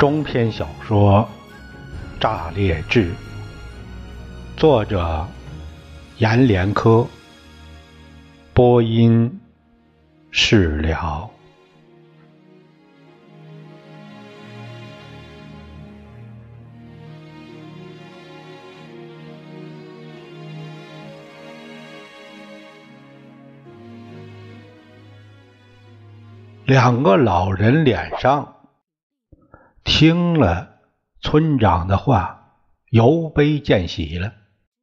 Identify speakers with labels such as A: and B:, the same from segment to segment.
A: 中篇小说《炸裂志》，作者阎连科，播音释了。两个老人脸上听了村长的话，由悲渐喜了，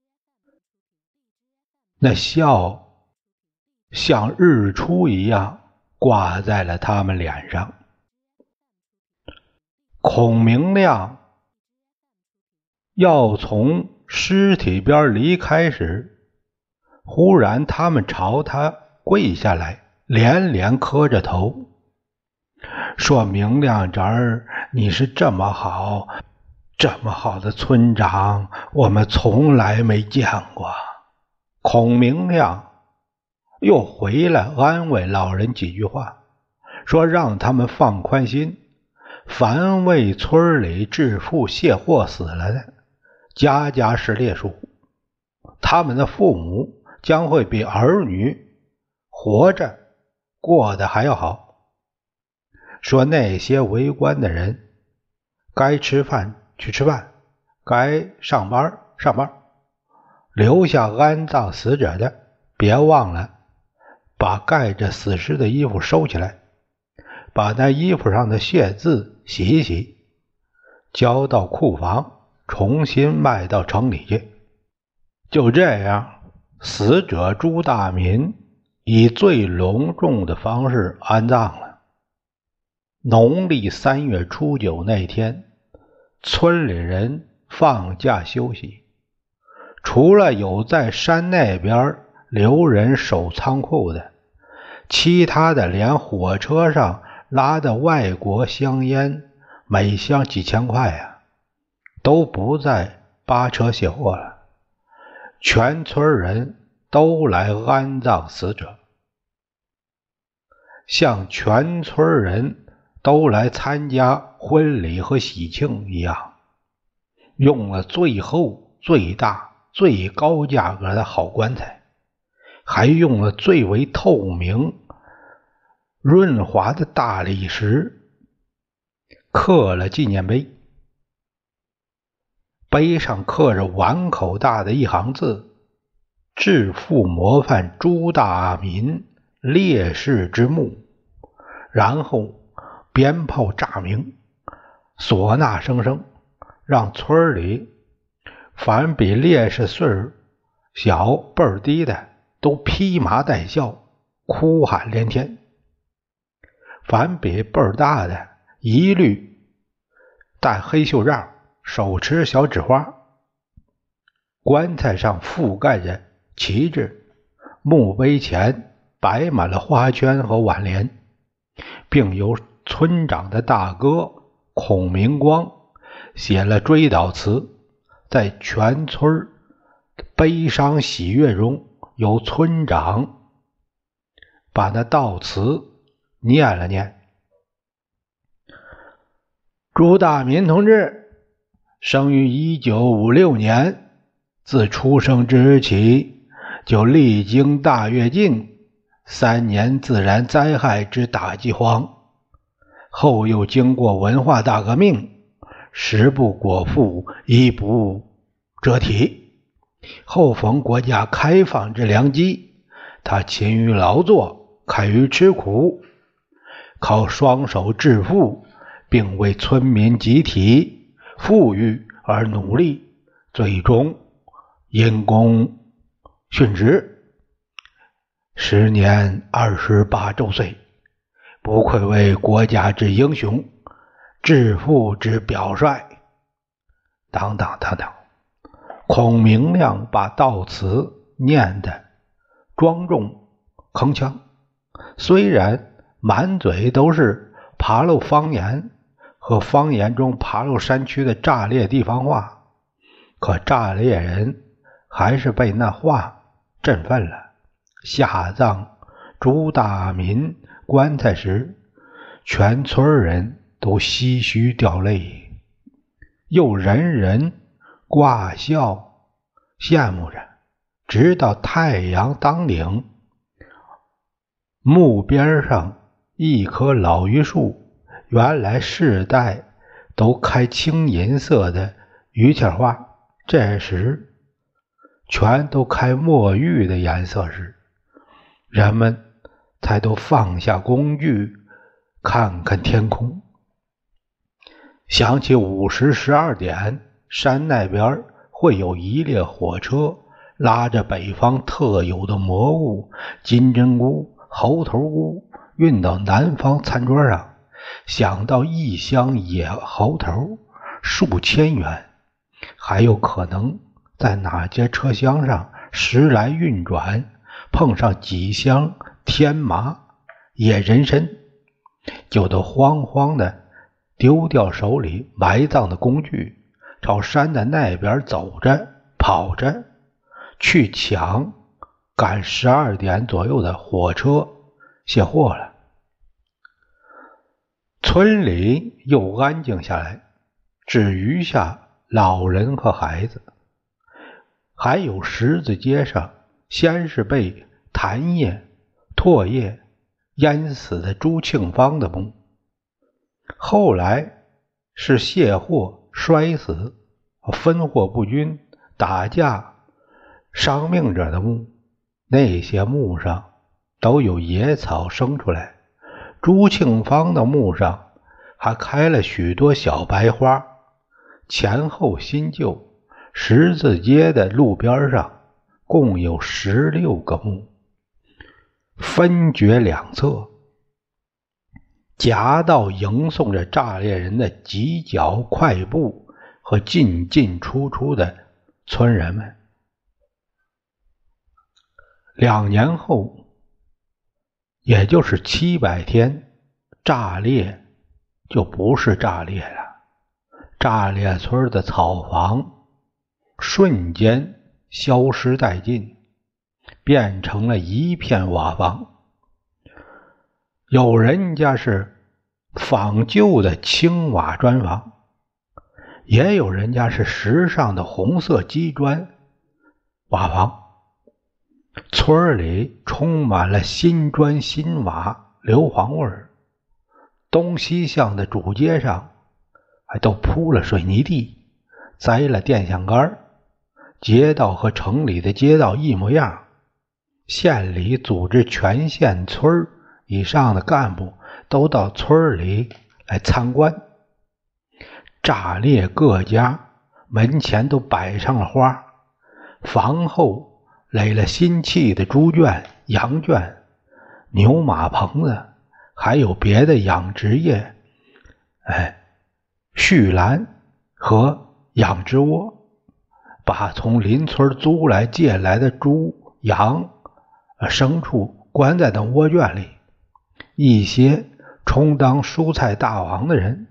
A: 那笑像日出一样挂在了他们脸上。孔明亮要从尸体边离开时，忽然他们朝他跪下来，连连磕着头，说明亮侄儿，你是这么好的村长，我们从来没见过。孔明亮又回来安慰老人几句话，说让他们放宽心，凡为村里致富卸货死了的，家家是烈属，他们的父母将会比儿女活着过得还要好。说那些为官的人该吃饭去吃饭，该上班上班，留下安葬死者的，别忘了把盖着死尸的衣服收起来，把那衣服上的血渍洗一洗，交到库房，重新卖到城里去。就这样，死者朱大民以最隆重的方式安葬了。农历3月初9那天，村里人放假休息，除了有在山那边留人守仓库的，其他的连火车上拉的外国香烟，每箱几千块啊，都不再扒车卸货了。全村人都来安葬死者，像全村人都来参加婚礼和喜庆一样，用了最厚、最大、最高价格的好棺材，还用了最为透明、润滑的大理石刻了纪念碑，碑上刻着碗口大的一行字：致富模范朱大民烈士之墓。然后鞭炮炸鸣，唢呐声声，让村里凡比烈士岁数小辈儿低的都披麻戴孝，哭喊连天；凡比辈儿大的一律戴黑袖罩，手持小纸花。棺材上覆盖着旗帜，墓碑前摆满了花圈和挽联，并由村长的大哥孔明光写了追悼词，在全村悲伤喜悦中，由村长把那悼词念了念。朱大民同志生于1956年，自出生之日起就历经大跃进3年自然灾害之大饥荒，后又经过文化大革命，食不果腹，衣不遮体，后逢国家开放之良机，他勤于劳作，肯于吃苦，靠双手致富，并为村民集体富裕而努力，最终因公殉职，时年28周岁，不愧为国家之英雄，致富之表率。等等等等，孔明亮把悼词念得庄重铿锵，虽然满嘴都是扒漏方言和方言中扒漏山区的炸裂地方话，可炸裂人还是被那话振奋了。下葬朱大民棺材时，全村人都唏嘘掉泪，又人人挂笑羡慕着。直到太阳当领，墓边上一棵老榆树，原来世代都开青银色的榆钱花，这时全都开墨玉的颜色时，人们才都放下工具，看看天空。想起午时12点，山那边会有一列火车拉着北方特有的魔物金针菇、猴头菇运到南方餐桌上，想到一箱野猴头数千元，还有可能在哪节车厢上时来运转，碰上几箱天麻野人参，就都慌慌的丢掉手里埋葬的工具，朝山的那边走着跑着去抢赶12点左右的火车卸货了。村里又安静下来，只余下老人和孩子，还有十字街上先是被痰液、唾液淹死的朱庆芳的墓，后来是卸货摔死、分货不均、打架伤命者的墓，那些墓上都有野草生出来。朱庆芳的墓上还开了许多小白花，前后新旧，十字街的路边上共有16个墓，分绝两侧，夹道迎送着炸裂人的急脚快步和进进出出的村人们。2年后，也就是700天，炸裂就不是炸裂了，炸裂村的草房瞬间消失殆尽，变成了一片瓦房。有人家是仿旧的青瓦砖房，也有人家是时尚的红色基砖瓦房。村里充满了新砖新瓦硫磺味儿，东西向的主街上还都铺了水泥地，栽了电线杆，街道和城里的街道一模样。县里组织全县村以上的干部都到村里来参观。炸裂各家门前都摆上了花，房后垒了新砌的猪圈、羊圈、牛马棚子，还有别的养殖业，畜栏和养殖窝，把从邻村租来借来的猪、羊、牲畜关在那窝圈里。一些充当蔬菜大王的人，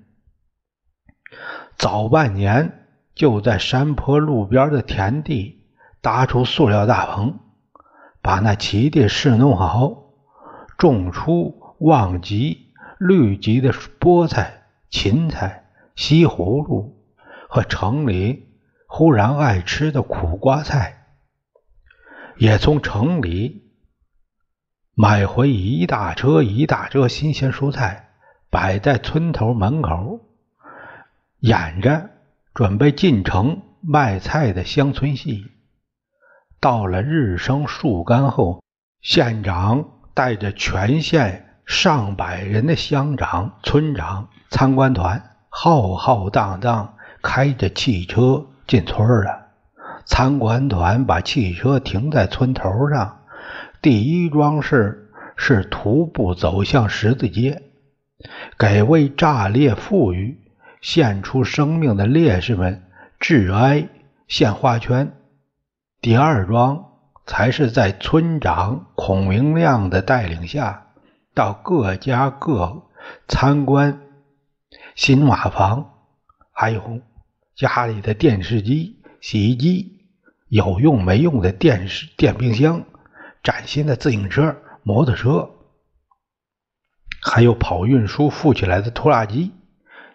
A: 早半年就在山坡路边的田地搭出塑料大棚，把那畦地试弄好，种出旺季、绿季的菠菜、芹菜、西葫芦和城里忽然爱吃的苦瓜菜，也从城里买回一大车一大车新鲜蔬菜，摆在村头门口，演着准备进城卖菜的乡村戏。到了日生树干后，县长带着全县上百人的乡长、村长、参观团，浩浩荡荡开着汽车进村了。参观团把汽车停在村头上，第一桩事是徒步走向十字街，给为炸裂富裕献出生命的烈士们致哀献花圈。第二桩才是在村长孔明亮的带领下，到各家各参观新瓦房，还有家里的电视机、洗衣机，有用没用的电冰箱，崭新的自行车、摩托车，还有跑运输富起来的拖拉机，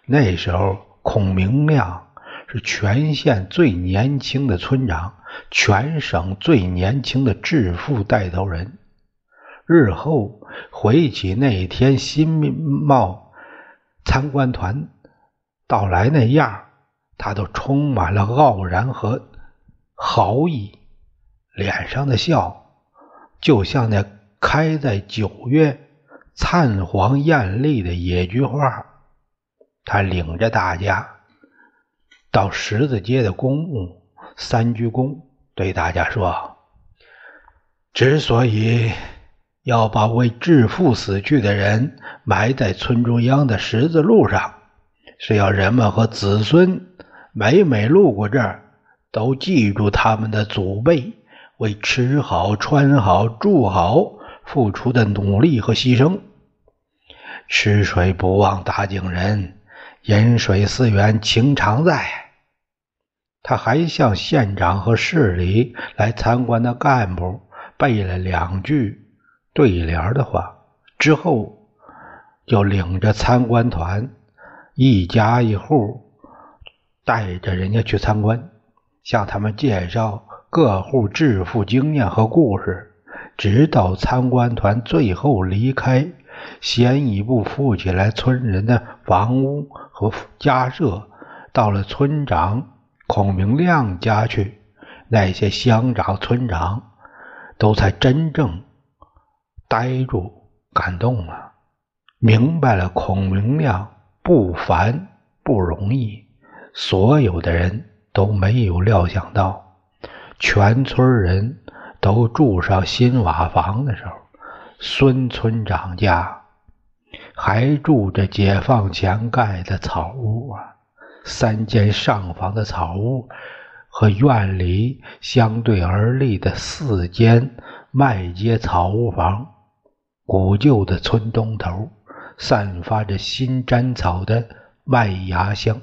A: 那时候孔明亮是全县最年轻的村长，全省最年轻的致富带头人。日后回起那天新茂参观团到来那样，他都充满了傲然和豪意，脸上的笑就像那开在9月灿黄艳丽的野菊花。他领着大家到十字街的公墓三鞠躬，对大家说，之所以要把为致富死去的人埋在村中央的十字路上，是要人们和子孙每路过这儿都记住他们的祖辈为吃好穿好住好付出的努力和牺牲。吃水不忘大井人，饮水思源情常在。他还向县长和市里来参观的干部背了2句对联的话，之后就领着参观团一家一户带着人家去参观，向他们介绍各户致富经验和故事，直到参观团最后离开，先一步富起来村人的房屋和家舍，到了村长孔明亮家去，那些乡长村长都才真正呆住，感动了，明白了孔明亮不凡不容易。所有的人都没有料想到，全村人都住上新瓦房的时候，孙村长家还住着解放前盖的草屋啊，3间上房的草屋和院里相对而立的4间麦秸草屋房，古旧的村东头散发着新沾草的麦芽香。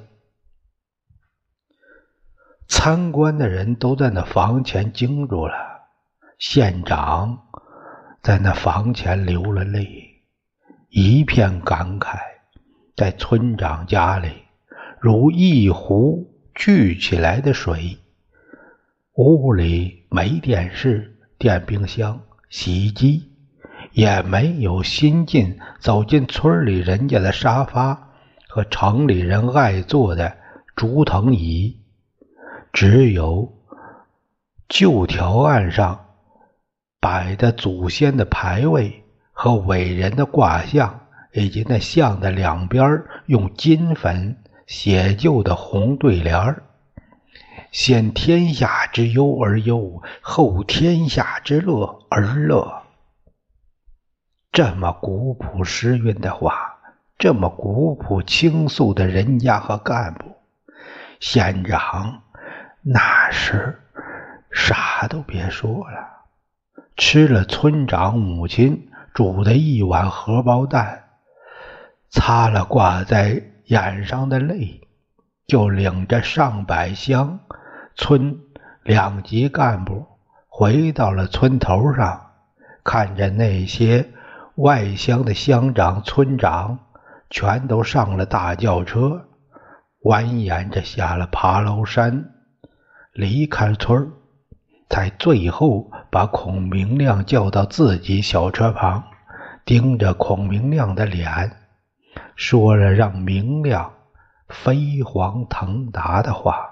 A: 参观的人都在那房前惊住了，县长在那房前流了泪，一片感慨。在村长家里如一壶聚起来的水，屋里没电视、电冰箱、洗衣机，也没有新走进村里人家的沙发和城里人爱坐的竹藤椅，只有旧条案上摆的祖先的牌位和伟人的卦象，以及那像的两边用金粉写就的红对联，先天下之忧而忧，后天下之乐而乐。这么古朴诗韵的话，这么古朴倾诉的人家和干部，县长那是啥都别说了，吃了村长母亲煮的一碗荷包蛋，擦了挂在眼上的泪，就领着上百乡村2级干部回到了村头上，看着那些外乡的乡长村长全都上了大轿车，蜿蜒着下了爬楼山，离开村，才最后把孔明亮叫到自己小车旁，盯着孔明亮的脸，说了让明亮飞黄腾达的话。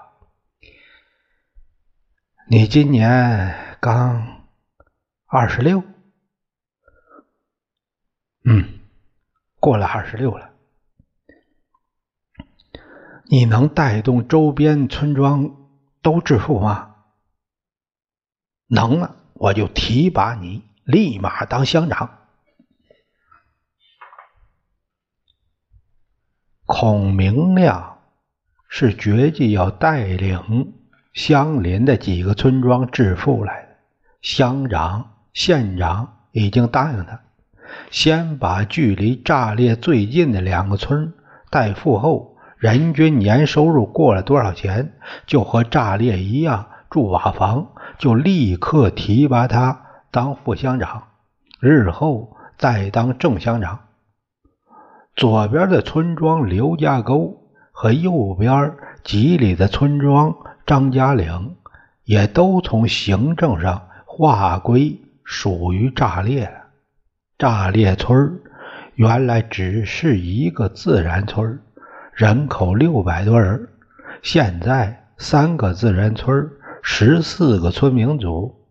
A: 你今年刚26？过了26了。你能带动周边村庄都致富吗？能了，我就提拔你，立马当乡长。孔明亮是决计要带领相邻的几个村庄致富来的，乡长、县长已经答应他，先把距离炸裂最近的2个村带富后，人均年收入过了多少钱，就和炸裂一样住瓦房，就立刻提拔他当副乡长，日后再当正乡长。左边的村庄刘家沟和右边几里的村庄张家岭也都从行政上划归属于炸裂了。炸裂村原来只是一个自然村，人口600多人，现在3个自然村，14个村民组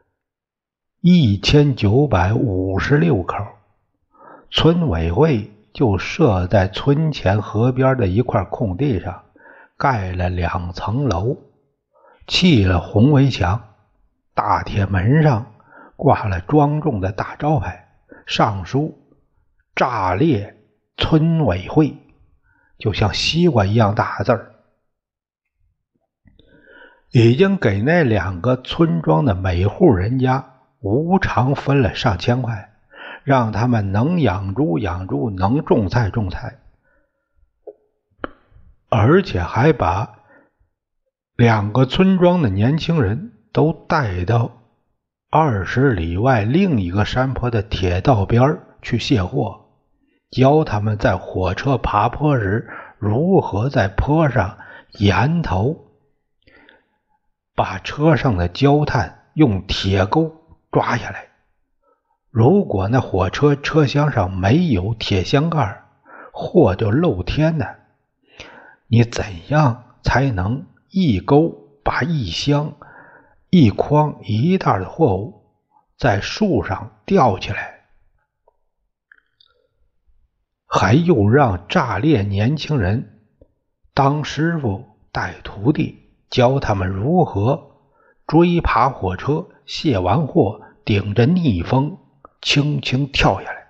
A: ，1956口。村委会就设在村前河边的一块空地上，盖了2层楼，砌了红围墙，大铁门上挂了庄重的大招牌，上书炸裂村委会，就像西瓜一样大字儿。已经给那2个村庄的每户人家无偿分了上千块，让他们能养猪养猪，能种菜种菜，而且还把2个村庄的年轻人都带到20里外另一个山坡的铁道边去卸货，教他们在火车爬坡时如何在坡上沿头把车上的焦炭用铁钩抓下来。如果那火车车厢上没有铁箱盖，货就漏天了。你怎样才能一钩把一箱、一筐、一袋的货物在树上吊起来？还又让炸裂年轻人当师傅带徒弟，教他们如何追爬火车，卸完货顶着逆风轻轻跳下来。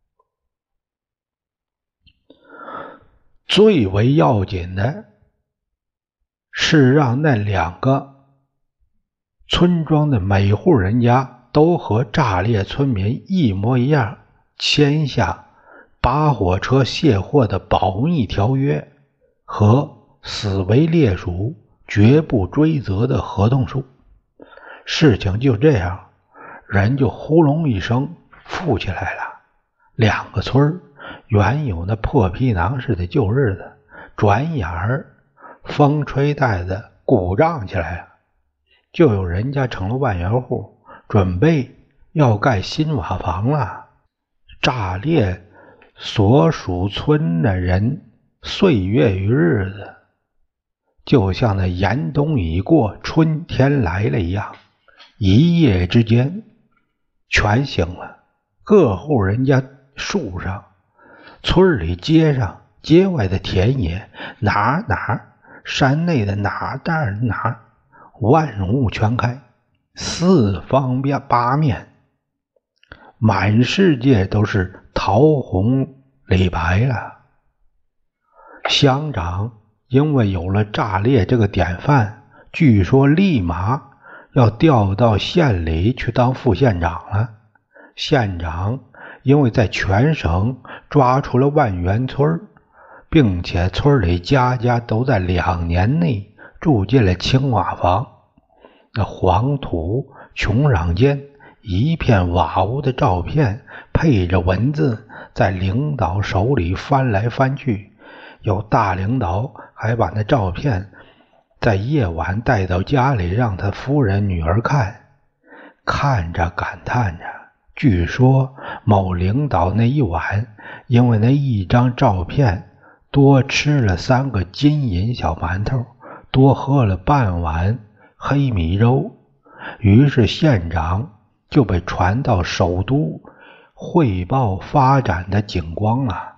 A: 最为要紧的是让那2个村庄的每户人家都和炸裂村民一模一样，签下扒火车卸货的保密条约和死为烈属绝不追责的合同书。事情就这样，人就呼隆一声富起来了。2个村原有那破皮囊似的旧日子，转眼儿风吹带的鼓胀起来了。就有人家成了万元户，准备要盖新瓦房了。炸裂所属村的人岁月与日子，就像那严冬已过，春天来了一样，一夜之间全醒了。各户人家树上、村里街上、街外的田野，哪山内的哪万物全开，四方八面，满世界都是桃红李白了。乡长因为有了炸裂这个典范，据说立马要调到县里去当副县长了。县长因为在全省抓出了万元村，并且村里家家都在2年内住进了青瓦房，那黄土穷壤间一片瓦屋的照片配着文字在领导手里翻来翻去，有大领导还把那照片在夜晚带到家里让他夫人女儿看，看着感叹着，据说某领导那一晚因为那一张照片多吃了3个金银小馒头，多喝了半碗黑米粥，于是县长就被传到首都汇报发展的景光了。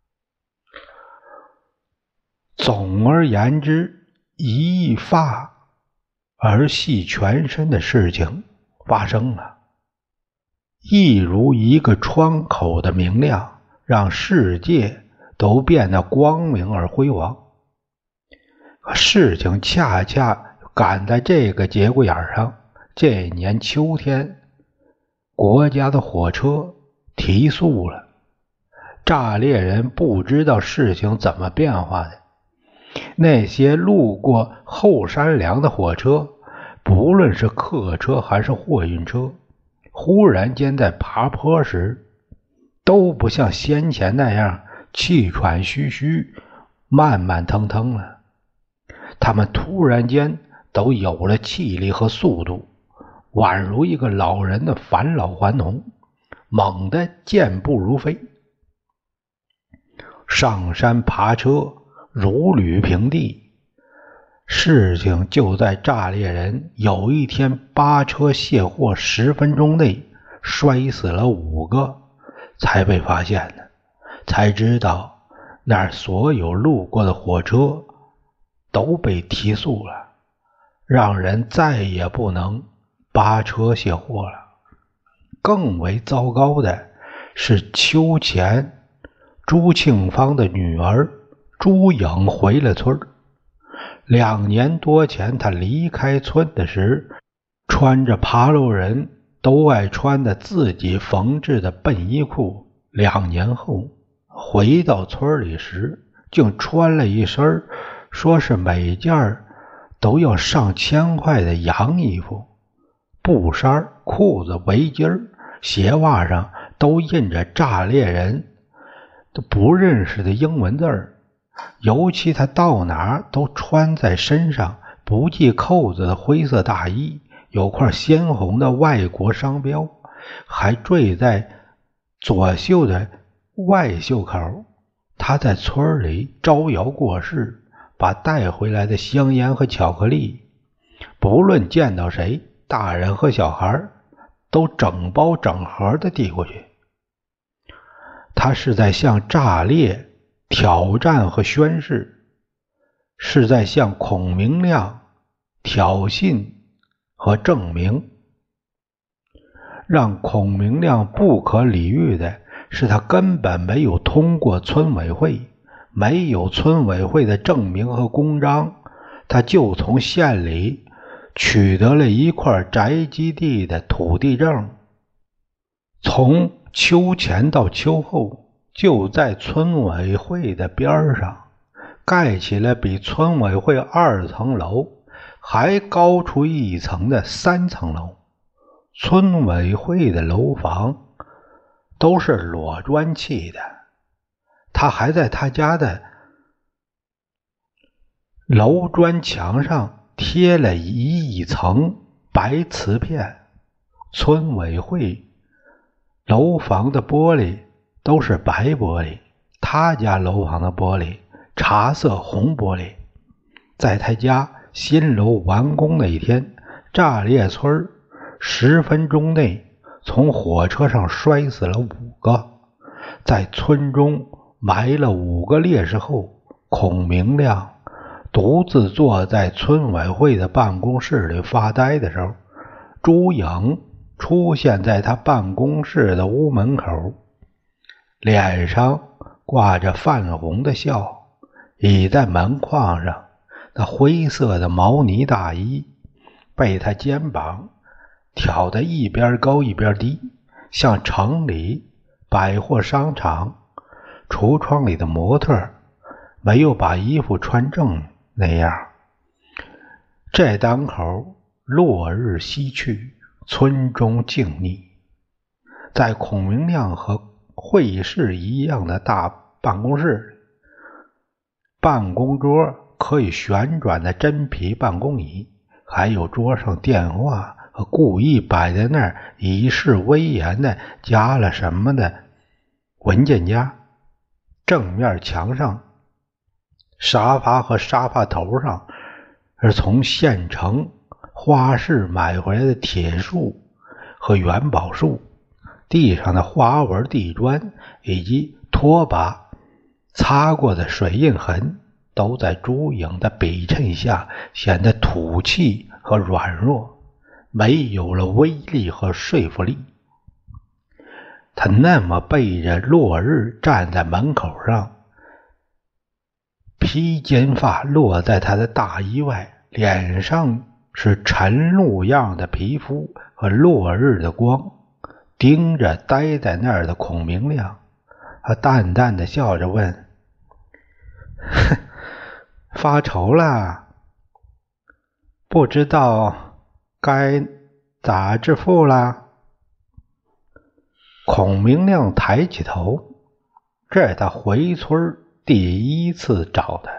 A: 总而言之，一发而系全身的事情发生了，一如一个窗口的明亮，让世界都变得光明而辉煌。可事情恰恰赶在这个节骨眼上，这年秋天，国家的火车提速了。炸裂人不知道事情怎么变化的，那些路过后山梁的火车，不论是客车还是货运车，忽然间在爬坡时都不像先前那样气喘吁吁， 慢慢腾腾了。他们突然间都有了气力和速度，宛如一个老人的返老还童，猛地健步如飞。上山爬车如履平地。事情就在炸裂人有一天扒车卸货10分钟内摔死了5个才被发现的，才知道那儿所有路过的火车都被提速了，让人再也不能扒车卸货了。更为糟糕的是，秋前朱庆芳的女儿朱颖回了村。2年多前他离开村的时，穿着扒路人都爱穿的自己缝制的笨衣裤，2年后回到村里时，竟穿了一身说是每件都要上1000块的洋衣服，布衫、裤子、围巾、鞋袜上都印着炸裂人都不认识的英文字儿。尤其他到哪都穿在身上不系扣子的灰色大衣，有块鲜红的外国商标，还坠在左袖的外袖口。他在村里招摇过市，把带回来的香烟和巧克力，不论见到谁，大人和小孩，都整包整盒的递过去。他是在向炸裂挑战和宣誓，是在向孔明亮挑衅和证明。让孔明亮不可理喻的是，他根本没有通过村委会，没有村委会的证明和公章，他就从县里取得了一块宅基地的土地证。从秋前到秋后，就在村委会的边上盖起了比村委会2层楼还高出1层的3层楼。村委会的楼房都是裸砖砌的，他还在他家的楼砖墙上贴了一层白瓷片。村委会楼房的玻璃都是白玻璃，他家楼房的玻璃茶色红玻璃。在他家新楼完工那一天，炸裂村10分钟内从火车上摔死了5个。在村中埋了5个烈士后，孔明亮独自坐在村委会的办公室里发呆的时候，朱颖出现在他办公室的屋门口，脸上挂着泛红的笑，倚在门框上，那灰色的毛呢大衣被他肩膀挑得一边高一边低，像城里百货商场橱窗里的模特没有把衣服穿正那样。这当口落日西去，村中静谧。在孔明亮和会议室一样的大办公室里，办公桌可以旋转的真皮办公椅，还有桌上电话和故意摆在那儿以示威严的加了什么的文件夹。正面墙上沙发和沙发头上是从县城花市买回来的铁树和元宝树，地上的花纹地砖以及拖把擦过的水印痕都在朱颖的比衬下显得土气和软弱，没有了威力和说服力。他那么背着落日站在门口上，披肩发落在他的大衣外，脸上是晨露样的皮肤和落日的光，盯着待在那儿的孔明亮。他淡淡的笑着问：发愁了？不知道该咋致富了？孔明亮抬起头，这他回村第一次找他，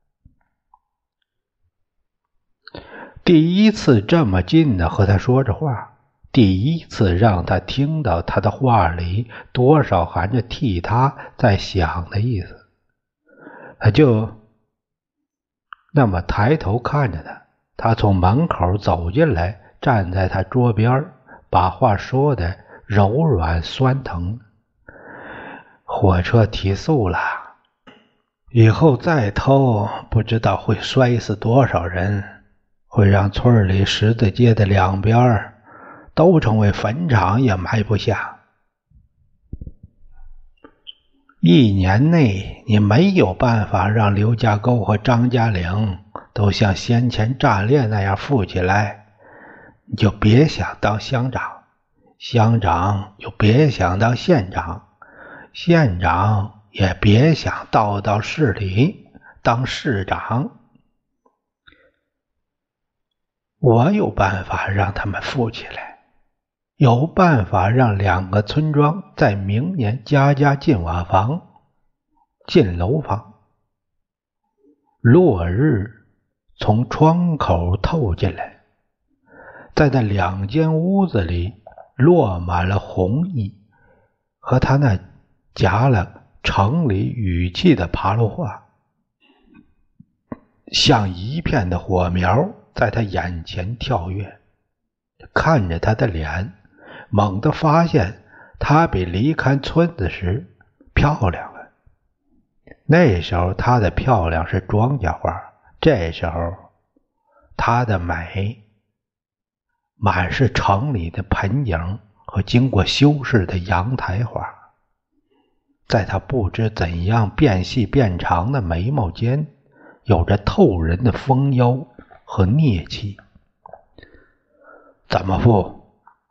A: 第一次这么近的和他说着话，第一次让他听到他的话里多少含着替他在想的意思。他就那么抬头看着他，他从门口走进来，站在他桌边，把话说的柔软酸疼。火车提速了，以后再偷不知道会摔死多少人，会让村里十字街的两边都成为坟场也埋不下。1年内你没有办法让刘家沟和张家岭都像先前战列那样富起来，你就别想当乡长，乡长就别想当县长，县长也别想到市里当市长。我有办法让他们富起来，有办法让2个村庄在明年家家进瓦房，进楼房。落日从窗口透进来，在那2间屋子里落满了红意和他那夹了城里语气的爬楼话，像一片的火苗在他眼前跳跃。看着他的脸，猛地发现他比离开村子时漂亮了。那时候他的漂亮是庄稼花，这时候他的美满是城里的盆景和经过修饰的阳台花。在他不知怎样变细变长的眉毛间，有着透人的丰腰和疟气。怎么不？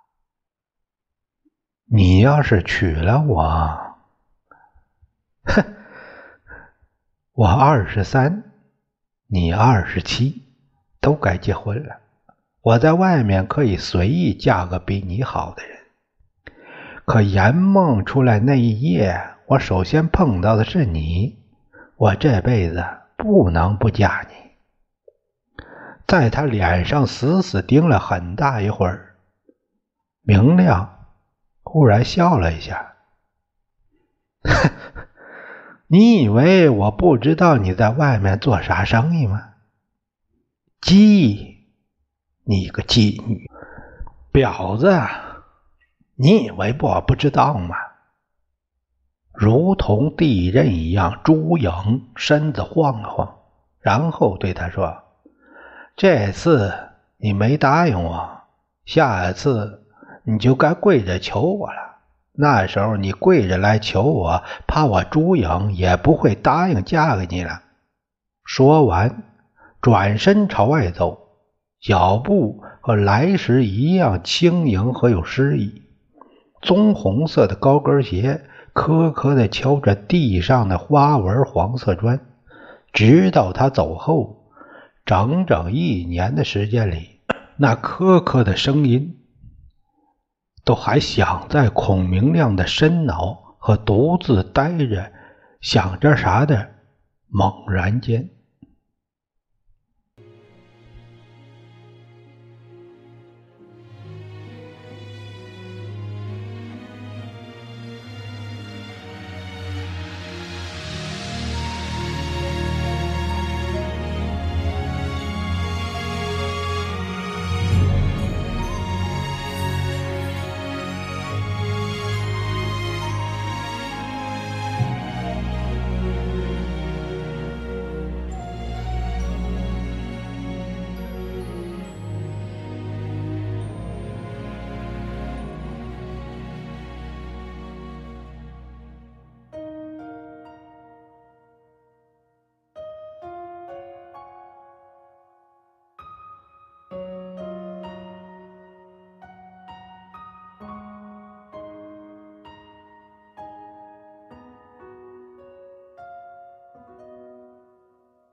A: 你要是娶了我，哼，我23，你27，都该结婚了。我在外面可以随意嫁个比你好的人，可圆梦出来那一夜，我首先碰到的是你，我这辈子不能不嫁你。在他脸上死死盯了很大一会儿，明亮忽然笑了一下。你以为我不知道你在外面做啥生意吗？妓，你个妓女，婊子，你以为我不知道吗？如同地震一样，朱颖身子晃了晃，然后对他说，这次你没答应我，下一次你就该跪着求我了。那时候你跪着来求我，怕我朱颖也不会答应嫁给你了。说完转身朝外走，脚步和来时一样轻盈和有诗意。棕红色的高跟鞋磕磕地敲着地上的花纹黄色砖，直到他走后，整整1年的时间里，那磕磕的声音都还响在孔明亮的深脑和独自呆着想着啥的猛然间。